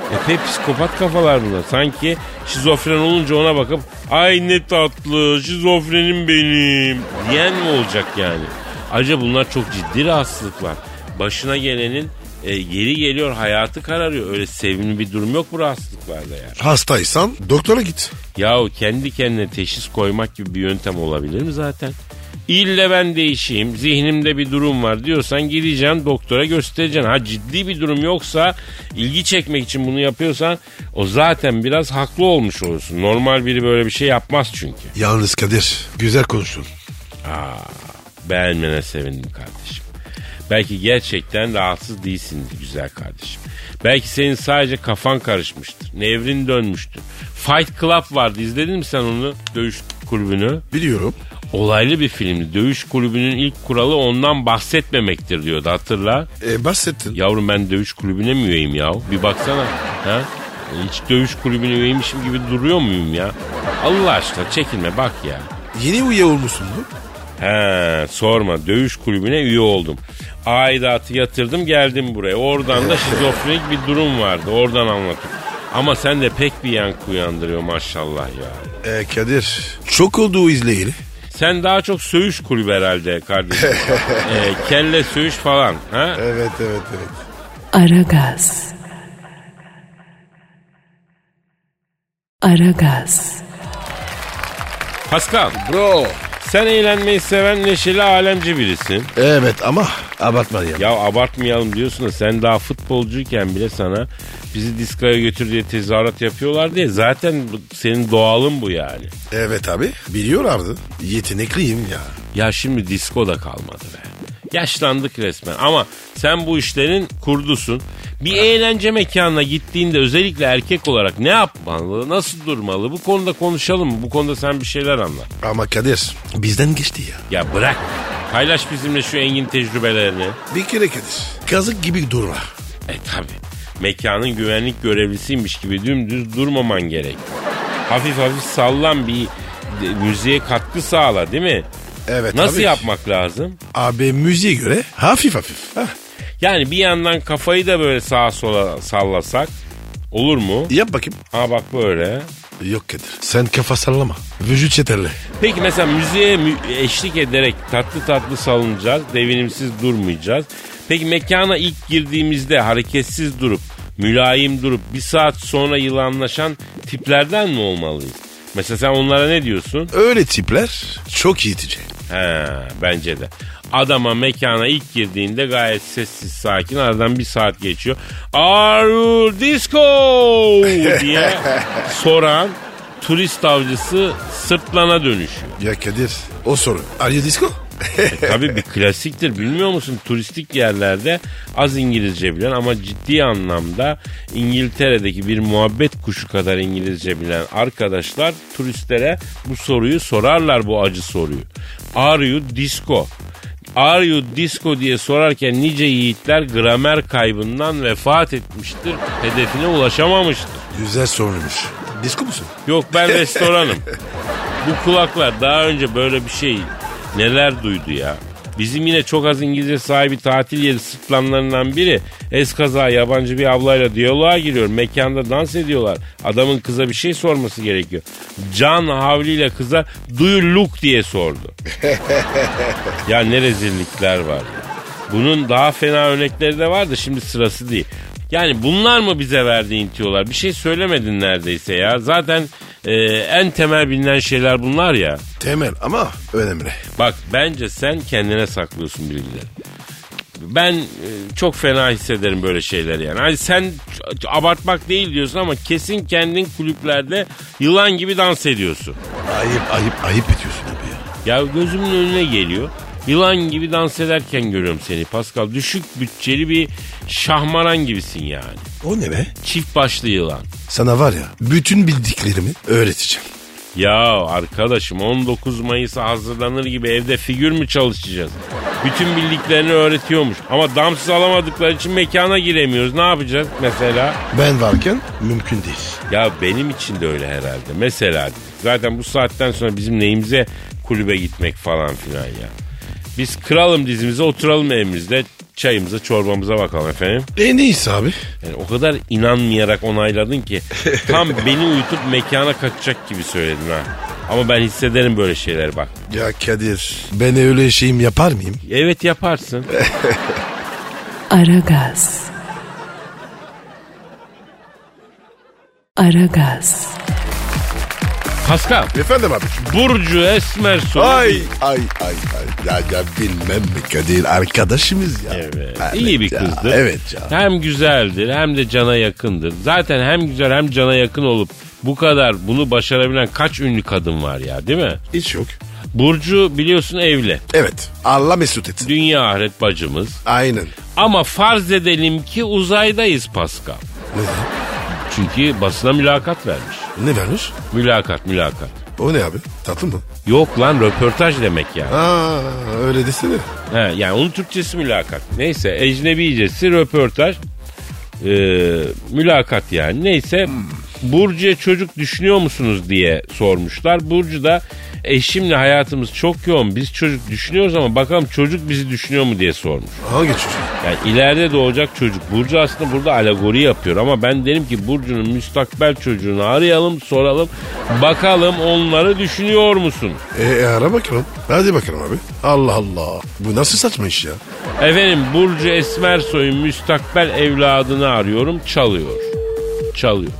Epey psikopat kafalar bunlar. Sanki şizofren olunca ona bakıp ay ne tatlı şizofrenim benim diyen mi olacak yani? Ayrıca bunlar çok ciddi rahatsızlıklar. Başına gelenin geri geliyor, hayatı kararıyor. Öyle sevimli bir durum yok bu rahatsızlıklarda yani. Hastaysan doktora git. Yahu kendi kendine teşhis koymak gibi bir yöntem olabilir mi zaten? İlle ben değişeyim, zihnimde bir durum var diyorsan gideceksin doktora göstereceksin. Ha ciddi bir durum yoksa, ilgi çekmek için bunu yapıyorsan o zaten biraz haklı olmuş olursun. Normal biri böyle bir şey yapmaz çünkü. Yalnız Kadir, güzel konuştun. Beğenmene sevindim kardeşim. Belki gerçekten rahatsız değilsindir güzel kardeşim. Belki senin sadece kafan karışmıştır. Nevrin dönmüştür. Fight Club vardı, izledin mi sen onu? Dövüş kulübünü. Biliyorum. Olaylı bir filmdi. Dövüş kulübünün ilk kuralı ondan bahsetmemektir diyordu, hatırla. Bahsettin. Yavrum ben dövüş kulübüne mi üyeyim ya? Bir baksana. Ha? Hiç dövüş kulübüne üyeymişim gibi duruyor muyum ya? Allah aşkına çekinme bak ya. Yeni üye olmuşsun mu? He sorma, dövüş kulübüne üye oldum. Aidatı yatırdım geldim buraya. Oradan da şizofrenik bir durum vardı. Oradan anlattım. Ama sen de pek bir yankı uyandırıyor maşallah ya. Kadir çok oldu izleyeli. Sen daha çok söğüş kulübü herhalde kardeşim. Kelle söğüş falan. Ha? Evet. Aragaz. Pascal, Bro. sen eğlenmeyi seven neşeli alemci birisin. Evet ama abartmayalım. Ya abartmayalım diyorsun da sen daha futbolcuyken bile sana bizi diskoya götür diye tezahürat yapıyorlar diye. Zaten senin doğalın bu yani. Evet abi biliyorlardı. Yetenekliyim ya. Ya şimdi disko da kalmadı be. Yaşlandık resmen ama sen bu işlerin kurdusun. Bir eğlence mekanına gittiğinde özellikle erkek olarak ne yapmalı, nasıl durmalı, bu konuda konuşalım mı? Bu konuda sen bir şeyler anlat. Ama Kadir bizden geçti ya. Ya bırak. Paylaş bizimle şu engin tecrübelerini. Bir kere Kadir. Kazık gibi durma. Tabi. Mekanın güvenlik görevlisiymiş gibi dümdüz durmaman gerek. Hafif hafif sallan, bir müziğe katkı sağla değil mi? Evet. Nasıl abi yapmak lazım? Abi müziğe göre hafif. Hah. Yani bir yandan kafayı da böyle sağa sola sallasak olur mu? Yap bakayım. Ha bak böyle. Yok Kadir. Sen kafa sallama. Vücut yeterli. Peki mesela müziğe eşlik ederek tatlı tatlı salınacağız. Devinimsiz durmayacağız. Peki mekana ilk girdiğimizde hareketsiz durup, mülayim durup bir saat sonra yılanlaşan tiplerden mi olmalıyız? Mesela sen onlara ne diyorsun? Öyle tipler çok itici. Bence de. Adama mekana ilk girdiğinde gayet sessiz sakin, aradan bir saat geçiyor. Are you disco diye soran turist avcısı sırtlana dönüşüyor. Ya Kadir o soru. Are you disco? Tabii bir klasiktir, bilmiyor musun? Turistik yerlerde az İngilizce bilen ama ciddi anlamda İngiltere'deki bir muhabbet kuşu kadar İngilizce bilen arkadaşlar turistlere bu soruyu sorarlar, bu acı soruyu. Are you disco? Are you disco diye sorarken nice yiğitler gramer kaybından vefat etmiştir, hedefine ulaşamamıştır. Güzel sorulmuş. Disco musun? Yok, ben restoranım. Bu kulaklar daha önce böyle bir şey neler duydu ya. Bizim yine çok az İngilizce sahibi tatil yeri sırtlanlarından biri eskaza yabancı bir ablayla diyaloğa giriyor. Mekanda dans ediyorlar. Adamın kıza bir şey sorması gerekiyor. Can havliyle kıza do you look diye sordu. Ya ne rezillikler var ya. Bunun daha fena örnekleri de var da şimdi sırası değil. Yani bunlar mı bize verdiğin tiyolar? Bir şey söylemedin neredeyse ya. Zaten en temel bilinen şeyler bunlar ya. Temel ama önemli. Bak bence sen kendine saklıyorsun bilgileri. Ben çok fena hissederim böyle şeyleri yani. Hani sen abartmak değil diyorsun ama kesin kendin kulüplerde yılan gibi dans ediyorsun. Ayıp ediyorsun abi ya. Ya gözümün önüne geliyor. Yılan gibi dans ederken görüyorum seni Pascal. Düşük bütçeli bir şahmaran gibisin yani. O ne be? Çift başlı yılan. Sana var ya bütün bildiklerimi öğreteceğim. Ya arkadaşım 19 Mayıs'a hazırlanır gibi evde figür mü çalışacağız? Bütün bildiklerini öğretiyormuş. Ama damsız alamadıkları için mekana giremiyoruz. Ne yapacağız mesela? Ben varken mümkün değil. Ya benim için de öyle herhalde. Mesela zaten bu saatten sonra bizim neyimize kulübe gitmek falan filan ya. Biz kıralım dizimize, oturalım evimizde. çayımıza çorbamıza bakalım efendim. Neyse abi. Yani o kadar inanmayarak onayladın ki tam beni uyutup mekana kaçacak gibi söyledin ha. Ama ben hissederim böyle şeyler bak. Ya Kadir, ben öyle şeyim yapar mıyım? Evet yaparsın. Aragaz. Aragaz. Pascal. Efendim abi. Burcu Esmersoy. Ay. Ya bilmem mi Kadir, arkadaşımız ya. Evet. İyi bir kızdır. Evet ya. Hem güzeldir hem de cana yakındır. Zaten hem güzel hem cana yakın olup bu kadar bunu başarabilen kaç ünlü kadın var ya, değil mi? Hiç yok. Burcu biliyorsun evli. Evet. Allah mesut etsin. Dünya ahiret bacımız. Aynen. Ama farz edelim ki uzaydayız Pascal. Neden? Çünkü basına mülakat vermiş. Ne vermiş? Mülakat. O ne abi? Tatlı mı? Yok lan, röportaj demek yani. Öyle desene. He, yani onun Türkçesi mülakat. Neyse, ecnebicesi röportaj. Mülakat yani. Neyse, Burcu'ya çocuk düşünüyor musunuz diye sormuşlar. Burcu da eşimle hayatımız çok yoğun, biz çocuk düşünüyoruz ama bakalım çocuk bizi düşünüyor mu diye sormuş. Hangi çocuk? Yani ileride doğacak çocuk. Burcu aslında burada alegori yapıyor ama ben derim ki Burcu'nun müstakbel çocuğunu arayalım, soralım. Bakalım onları düşünüyor musun? Ara bakalım. Hadi bakalım abi. Allah Allah. Bu nasıl saçma iş ya? Efendim, Burcu Esmersoy'un müstakbel evladını arıyorum. Çalıyor.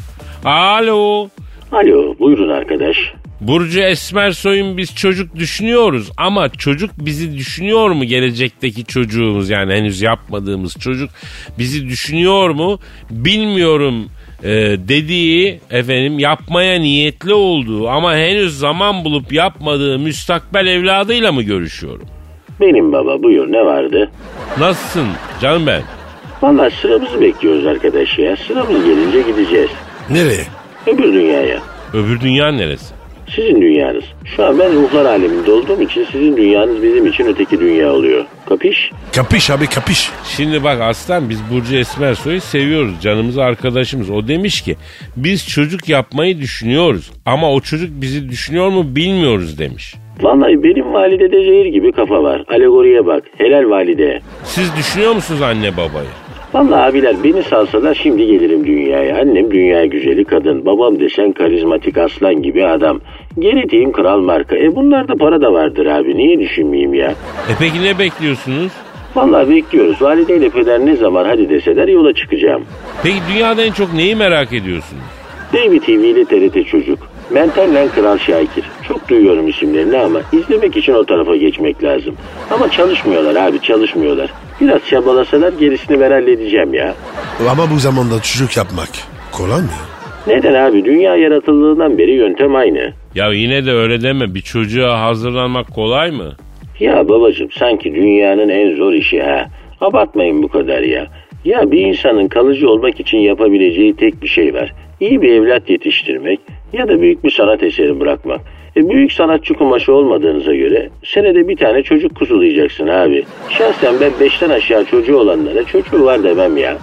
Alo. Alo, buyurun arkadaş. Burcu Esmersoy'un biz çocuk düşünüyoruz ama çocuk bizi düşünüyor mu, gelecekteki çocuğumuz yani henüz yapmadığımız çocuk bizi düşünüyor mu bilmiyorum dediği, efendim yapmaya niyetli olduğu ama henüz zaman bulup yapmadığı müstakbel evladıyla mı görüşüyorum? Benim baba, buyur, ne vardı? Nasılsın canım ben? Vallahi sıramızı bekliyoruz arkadaş ya. Sıramız gelince gideceğiz. Nereye? Öbür dünyaya. Öbür dünya neresi? Sizin dünyanız. Şu an ben ruhlar aleminde olduğum için sizin dünyanız bizim için öteki dünya oluyor. Kapış? Kapış abi, kapış. Şimdi bak aslan, biz Burcu Esmersoy'u seviyoruz. Canımız arkadaşımız. O demiş ki biz çocuk yapmayı düşünüyoruz ama o çocuk bizi düşünüyor mu bilmiyoruz demiş. Vallahi benim validede zehir gibi kafa var. Alegoriye bak. Helal valide. Siz düşünüyor musunuz anne babayı? Vallahi abiler, beni salsalar şimdi gelirim dünyaya. Annem dünya güzeli kadın. Babam desen karizmatik aslan gibi adam. Genetiğim kral marka. Bunlarda para da vardır abi. Niye düşünmeyeyim ya? Peki ne bekliyorsunuz? Vallahi bekliyoruz. Valideyle peder ne zaman hadi deseler yola çıkacağım. Peki dünyada en çok neyi merak ediyorsunuz? Baby TV ile TRT Çocuk. Mentallen Kral Şakir. Çok duyuyorum isimlerini ama izlemek için o tarafa geçmek lazım. Ama çalışmıyorlar abi, çalışmıyorlar. Biraz çabalasalar gerisini ben halledeceğim ya. Ama bu zamanda çocuk yapmak kolay mı? Neden abi? Dünya yaratıldığından beri yöntem aynı. Ya yine de öyle deme. Bir çocuğa hazırlanmak kolay mı? Ya babacığım, sanki dünyanın en zor işi ha. Abartmayın bu kadar ya. Ya bir insanın kalıcı olmak için yapabileceği tek bir şey var. İyi bir evlat yetiştirmek ya da büyük bir sanat eseri bırakmak. Büyük sanatçı kumaşı olmadığınıza göre senede bir tane çocuk kuzulayacaksın abi. Şahsen ben 5'ten aşağı çocuğu olanlara çocuğu var demem ya.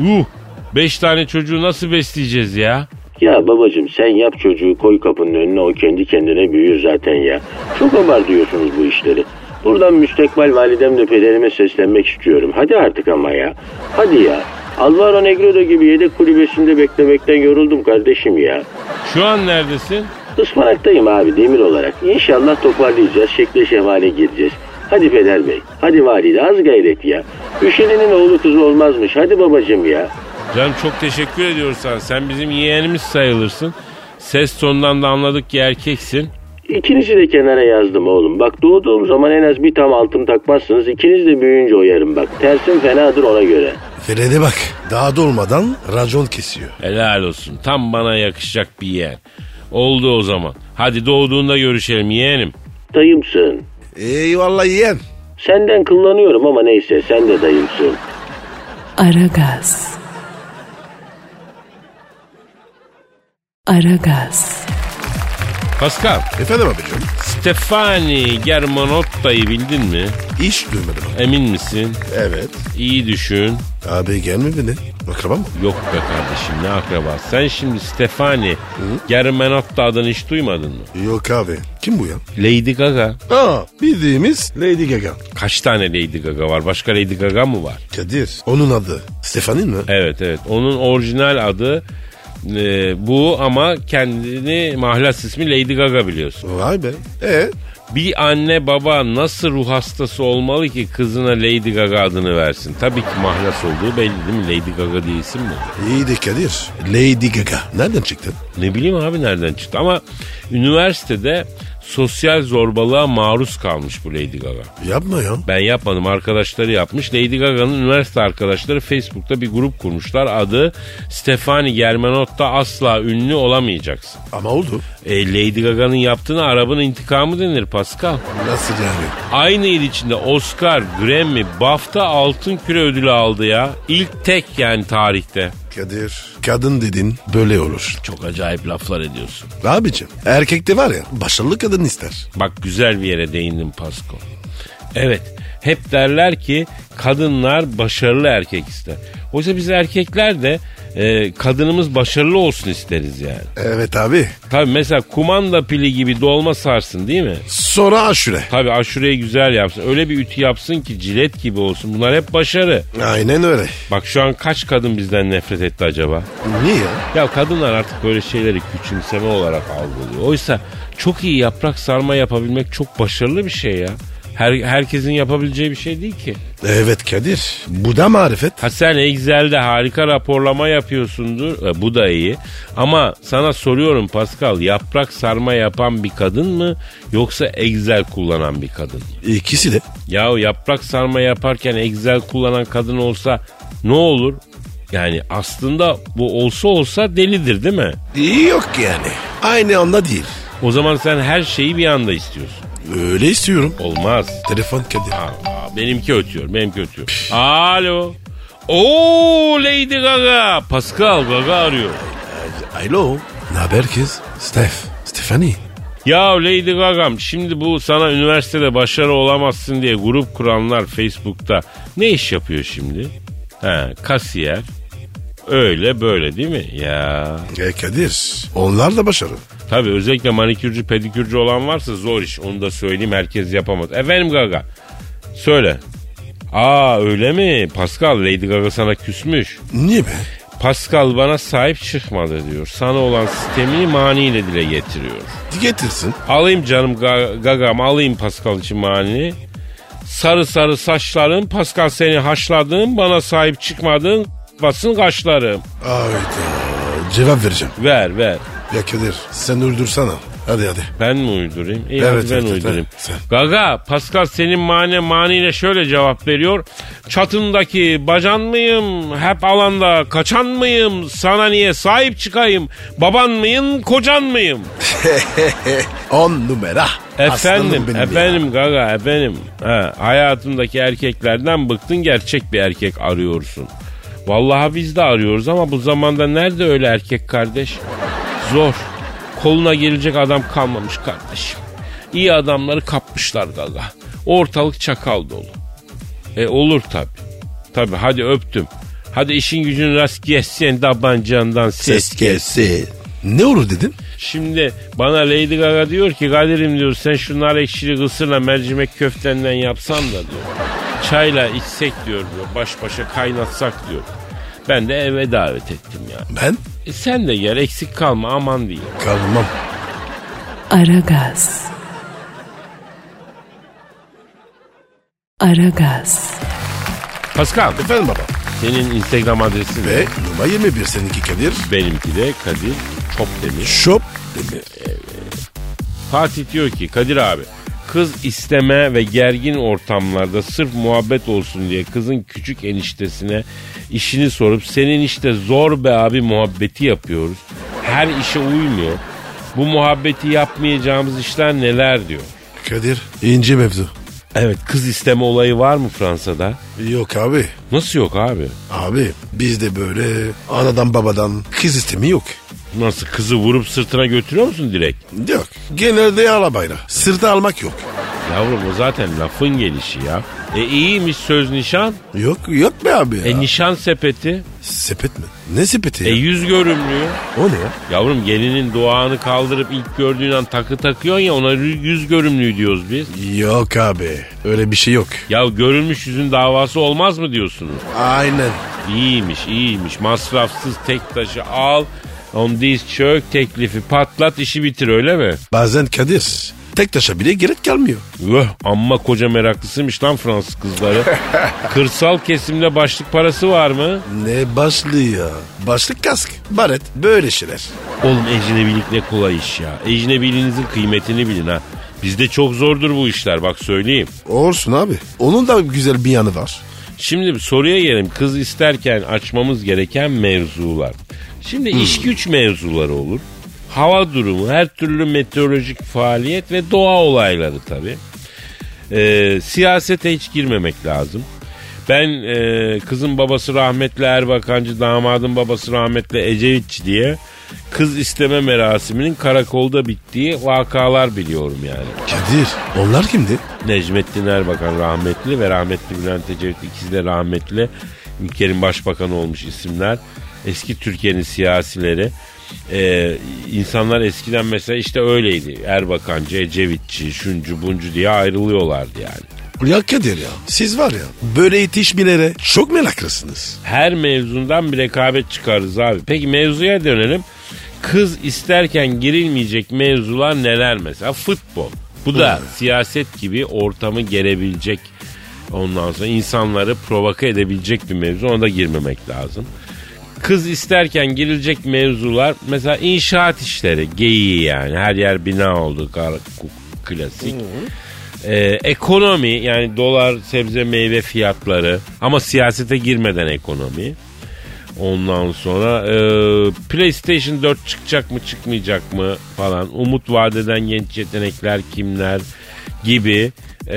5 tane çocuğu nasıl besleyeceğiz ya? Ya babacığım, sen yap çocuğu, koy kapının önüne, o kendi kendine büyür zaten ya. Çok abartıyorsunuz bu işleri. Buradan müstakbel validemle pederime seslenmek istiyorum. Hadi artık ama ya. Hadi ya. Alvaro Negredo gibi yedek kulübesinde beklemekten yoruldum kardeşim ya. Şu an neredesin? Ispanak'tayım abi, demir olarak. İnşallah toparlayacağız, şekle şemale gireceğiz. Hadi peder bey, hadi valide, az gayret ya. Üşenenin oğlu kızı olmazmış, hadi babacığım ya. Canım çok teşekkür ediyoruz sana. Sen bizim yeğenimiz sayılırsın. Ses tonundan da anladık ki erkeksin. İkinizi de kenara yazdım oğlum. Bak, doğduğum zaman en az bir tam altın takmazsınız. İkiniz de büyüyünce oyarım bak. Tersim fenadır ona göre. Feride bak, daha dolmadan racon kesiyor. Helal olsun. Tam bana yakışacak bir yeğen. Oldu o zaman. Hadi doğduğunda görüşelim yeğenim. Dayımsın. Eyvallah yeğen. Senden kullanıyorum ama neyse, sen de dayımsın. Aragaz. Aragaz. Pascal. Efendim abicim. Stefani Germanotta'yı bildin mi? Hiç duymadım. Emin misin? Evet. İyi düşün. Abi gelme beni. Akraba mı? Yok be kardeşim, ne akrabası? Sen şimdi Stefani Germanotta adını hiç duymadın mı? Yok abi. Kim bu ya? Lady Gaga. Bildiğimiz Lady Gaga. Kaç tane Lady Gaga var? Başka Lady Gaga mı var? Kadir. Onun adı Stephanie mi? Evet. Onun orijinal adı bu ama kendini mahlas ismi Lady Gaga biliyorsun. Vay be. Bir anne baba nasıl ruh hastası olmalı ki kızına Lady Gaga adını versin? Tabii ki mahlas olduğu belli değil mi? Lady Gaga diye isim mi? İyi de Kadir. Lady Gaga. Nereden çıktı? Ne bileyim abi nereden çıktı ama üniversitede sosyal zorbalığa maruz kalmış bu Lady Gaga. Yapma ya. Ben yapmadım, arkadaşları yapmış. Lady Gaga'nın üniversite arkadaşları Facebook'ta bir grup kurmuşlar. Adı Stephanie Germanotta asla ünlü olamayacaksın. Ama oldu. Lady Gaga'nın yaptığına Arap'ın intikamı denir Pascal. Nasıl yani? Aynı yıl içinde Oscar, Grammy, BAFTA altın küre ödülü aldı ya. İlk tek yani tarihte. Kadir, kadın dedin böyle olur. Çok acayip laflar ediyorsun. Abicim, erkekte var ya başarılı kadın ister. Bak güzel bir yere değindin Pasko. Evet, hep derler ki kadınlar başarılı erkek ister. Oysa biz erkekler de kadınımız başarılı olsun isteriz yani. Evet abi. Tabii mesela kumanda pili gibi dolma sarsın değil mi? Sonra aşure. Tabii aşureyi güzel yapsın. Öyle bir ütü yapsın ki cilet gibi olsun. Bunlar hep başarı. Aynen öyle. Bak şu an kaç kadın bizden nefret etti acaba? Niye ya? Ya kadınlar artık böyle şeyleri küçümseme olarak algılıyor. Oysa çok iyi yaprak sarma yapabilmek çok başarılı bir şey ya. Herkesin yapabileceği bir şey değil ki. Evet Kadir. Bu da marifet. Ha sen Excel'de harika raporlama yapıyorsundur. Bu da iyi. Ama sana soruyorum Pascal, yaprak sarma yapan bir kadın mı yoksa Excel kullanan bir kadın mı? İkisi de. Ya yaprak sarma yaparken Excel kullanan kadın olsa ne olur? Yani aslında bu olsa delidir değil mi? Yok yani. Aynı anda değil. O zaman sen her şeyi bir anda istiyorsun. Öyle istiyorum. Olmaz. Telefon Kadir. Benimki ötüyor. Alo. Oo Lady Gaga. Pascal Gaga arıyor. Alo. Ne haber kız? Stephanie. Ya Lady Gaga'm, şimdi bu sana üniversitede başarı olamazsın diye grup kuranlar Facebook'ta ne iş yapıyor şimdi? Kasiyer. Öyle böyle değil mi? Ya. Kadir. Onlar da başarı. Tabii özellikle manikürcü pedikürcü olan varsa zor iş. Onu da söyleyeyim, herkes yapamaz. Efendim Gaga. Söyle. Öyle mi? Pascal, Lady Gaga sana küsmüş. Niye be? Pascal bana sahip çıkmadı diyor. Sana olan sistemini maniyle dile getiriyor. Getirsin. Alayım canım Gaga'm, alayım Pascal için manini. Sarı sarı saçlarım, Pascal seni haşladım, bana sahip çıkmadın, basın kaşlarım. Hayda. Cevap vereceğim. Ver. Ya Kadir sen uydursana. Hadi. Ben mi uydurayım? İyi evet, hadi ben uydurayım. Sen. Gaga, Pascal senin maniyle şöyle cevap veriyor. Çatındaki bacan mıyım? Hep alanda kaçan mıyım? Sana niye sahip çıkayım? Baban mıyım? Kocan mıyım? 10 numara. Efendim Gaga efendim. Hayatındaki erkeklerden bıktın, gerçek bir erkek arıyorsun. Vallahi biz de arıyoruz ama bu zamanda nerede öyle erkek kardeş? Zor. Koluna gelecek adam kalmamış kardeşim. İyi adamları kapmışlar Gaga. Ortalık çakal dolu. Olur tabii hadi öptüm. Hadi işin gücün rast gelsin, tabancandan ses gelsin. Ne olur dedin? Şimdi bana Lady Gaga diyor ki Kadir'im diyor, sen şu nar ekşili kısırla mercimek köftenden yapsan da diyor. Çayla içsek diyor, baş başa kaynatsak diyor. Ben de eve davet ettim yani. Ben? Sen de gel, eksik kalma aman diyeyim. Kalmam. Aragaz. Pascal. Efendim baba. Senin Instagram adresin Ve numara 21 seninki Kadir. Benimki de Kadir Çopdemir. Şopdemir. Evet. Fatih diyor ki Kadir abi, kız isteme ve gergin ortamlarda sırf muhabbet olsun diye kızın küçük eniştesine işini sorup senin işte zor be abi muhabbeti yapıyoruz. Her işe uymuyor. Bu muhabbeti yapmayacağımız işler neler diyor. Kadir ince mevzu. Evet, kız isteme olayı var mı Fransa'da? Yok abi. Nasıl yok abi? Abi bizde böyle anadan babadan kız istemi yok. Nasıl, kızı vurup sırtına götürüyor musun direkt? Yok. Genelde arabayla. Sırta almak yok. Yavrum o zaten lafın gelişi ya. İyiymiş söz nişan. Yok be abi ya. Nişan sepeti. Sepet mi? Ne sepeti ya? Yüz görümlüğü. O ne ya? Yavrum gelinin doğağını kaldırıp ilk gördüğün an takı takıyorsun ya, ona yüz görümlüğü diyoruz biz. Yok abi. Öyle bir şey yok. Ya görülmüş yüzün davası olmaz mı diyorsunuz? Aynen. İyiymiş. Masrafsız tek taşı al. On diz çök, teklifi patlat, işi bitir, öyle mi? Bazen Kadir tek taşa bile gerek kalmıyor. Amma koca meraklısıymış lan Fransız kızları. Kırsal kesimde başlık parası var mı? Ne başlığı ya? Başlık, kask, baret, böyle şeyler. Oğlum ecnebilik ne kolay iş ya. Ecnebiliğinizin kıymetini bilin ha. Bizde çok zordur bu işler, bak söyleyeyim. Olsun abi. Onun da güzel bir yanı var. Şimdi bir soruya gelelim. Kız isterken açmamız gereken mevzular. Şimdi iş güç mevzuları olur. Hava durumu, her türlü meteorolojik faaliyet ve doğa olayları tabii. Siyasete hiç girmemek lazım. Ben kızın babası rahmetli Erbakancı, damadın babası rahmetli Ecevitçi diye kız isteme merasiminin karakolda bittiği vakalar biliyorum yani. Kadir, onlar kimdi? Necmettin Erbakan rahmetli ve rahmetli Bülent Ecevit, ikisi de rahmetli. Ülkenin başbakanı olmuş isimler. Eski Türkiye'nin siyasileri. İnsanlar eskiden mesela işte öyleydi. Erbakancı, Ecevitçi, şuncu buncu diye ayrılıyorlardı yani. Ya Kadir ya, siz var ya böyle yetişmelere çok meraklısınız. Her mevzundan bir rekabet çıkarırız abi. Peki mevzuya dönelim. Kız isterken girilmeyecek mevzular neler mesela? Futbol. Bu da siyaset gibi ortamı gerebilecek, ondan sonra insanları provoke edebilecek bir mevzu. Ona da girmemek lazım. Kız isterken girilecek mevzular mesela inşaat işleri, geyiği yani. Her yer bina oldu, klasik. Ekonomi yani dolar, sebze, meyve fiyatları ama siyasete girmeden ekonomi. Ondan sonra PlayStation 4 çıkacak mı çıkmayacak mı falan. Umut vadeden genç yetenekler kimler gibi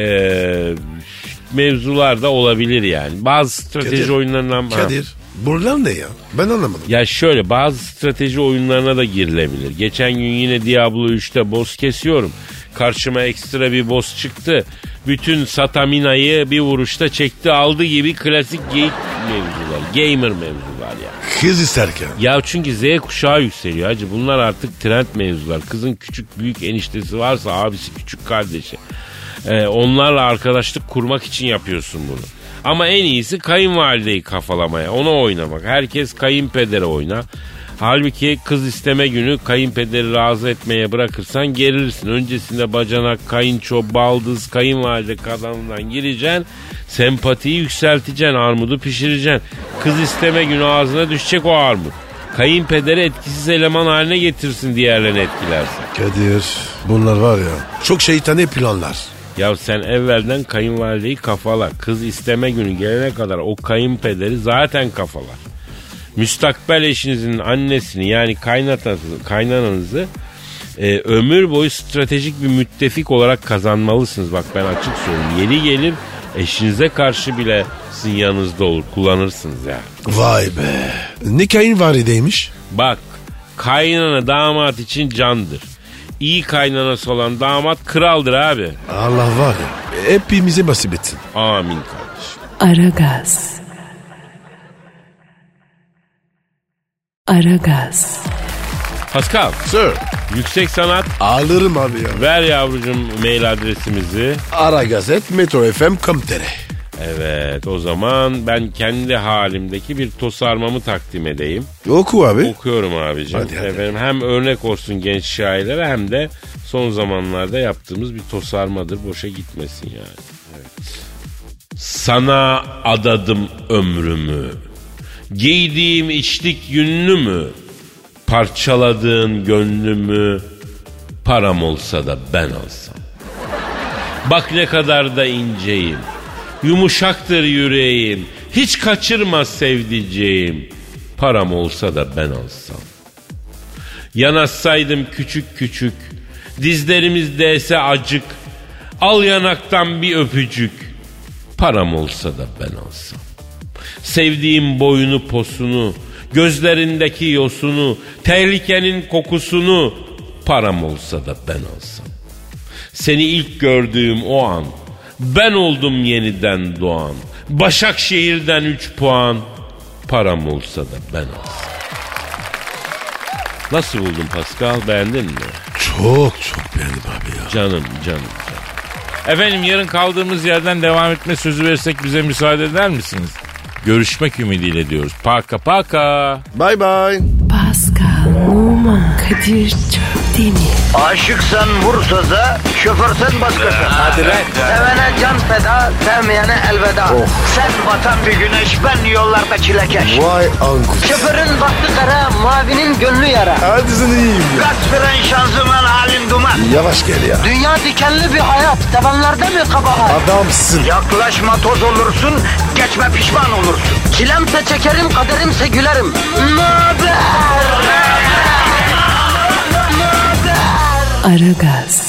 mevzular da olabilir yani. Bazı strateji oyunlarından... Kadir, buralar ne ya? Ben anlamadım. Ya şöyle, bazı strateji oyunlarına da girilebilir. Geçen gün yine Diablo 3'te boss kesiyorum. Karşıma ekstra bir boss çıktı. Bütün Satamina'yı bir vuruşta çekti aldı gibi klasik geyik mevzular. Gamer mevzular ya. Kız isterken. Ya çünkü Z kuşağı yükseliyor hacı. Bunlar artık trend mevzular. Kızın küçük büyük eniştesi varsa abisi küçük kardeşi. Onlarla arkadaşlık kurmak için yapıyorsun bunu. Ama en iyisi kayınvalideyi kafalamaya, ona oynamak. Herkes kayınpedere oyna. Halbuki kız isteme günü kayınpederi razı etmeye bırakırsan gerilirsin. Öncesinde bacanak, kayınço, baldız, kayınvalide kanalından gireceksin. Sempatiyi yükselteceksin, armudu pişireceksin. Kız isteme günü ağzına düşecek o armut. Kayınpederi etkisiz eleman haline getirsin, diğerlerini etkilersin. Kadir, bunlar var ya çok şeytani planlar. Ya sen evvelden kayınvalideyi kafala. Kız isteme günü gelene kadar o kayınpederi zaten kafalar. Müstakbel eşinizin annesini yani kaynananızı ömür boyu stratejik bir müttefik olarak kazanmalısınız. Bak ben açık söyleyeyim. Yeri gelir eşinize karşı bile sizin yanınızda olur. Kullanırsınız yani. Vay be. Ne kayınvalideymiş? Bak, kaynana damat için candır. İyi kaynanası olan damat kraldır abi. Allah var ya hepimize nasip etsin. Amin kardeşim. Aragaz. Aragaz. Pascal. Sir. Yüksek sanat. Alırım abi ya. Ver yavrucum mail adresimizi. aragazet.metrofm.com.tr. Evet, o zaman ben kendi halimdeki bir tosarmamı takdim edeyim. Oku abi. Okuyorum abicim. Hadi. Efendim, hem örnek olsun genç şairlere hem de son zamanlarda yaptığımız bir tosarmadır. Boşa gitmesin yani. Evet. Sana adadım ömrümü. Giydiğim içlik yünlü mü? Parçaladığın gönlümü. Param olsa da ben alsam. Bak ne kadar da inceyim. Yumuşaktır yüreğim. Hiç kaçırma sevdiceğim. Param olsa da ben alsam. Yanaşsaydım küçük küçük. Dizlerimiz değse acık. Al yanaktan bir öpücük. Param olsa da ben alsam. Sevdiğim boyunu posunu. Gözlerindeki yosunu. Tehlikenin kokusunu. Param olsa da ben alsam. Seni ilk gördüğüm o an. Ben oldum yeniden doğan. Başakşehir'den 3 puan. param olsa da ben alsam. Nasıl buldun Pascal? Beğendin mi? Çok beğendim abi ya. Canım. Efendim yarın kaldığımız yerden devam etme sözü versek bize müsaade eder misiniz? Görüşmek ümidiyle diyoruz. Paka. Bye bye. Pascal, Oman, Kadir çok değil mi? Aşıksan vursa da, şoförsen başkasın. Hadi lan. Sevene can feda, sevmeyene elveda. Sen batan bir güneş, ben yollarda çilekeş. Vay anku. Şoförün baktı kara, mavinin gönlü yara. Hadi sen iyiyim ya. Kasperen şanzıman halin duman. Yavaş gel ya. Dünya dikenli bir hayat, sevenlerde mi kabahar? Adamsın. Yaklaşma toz olursun, geçme pişman olursun. Çilemse çekerim, kaderimse gülerim. Möber! Aragaz.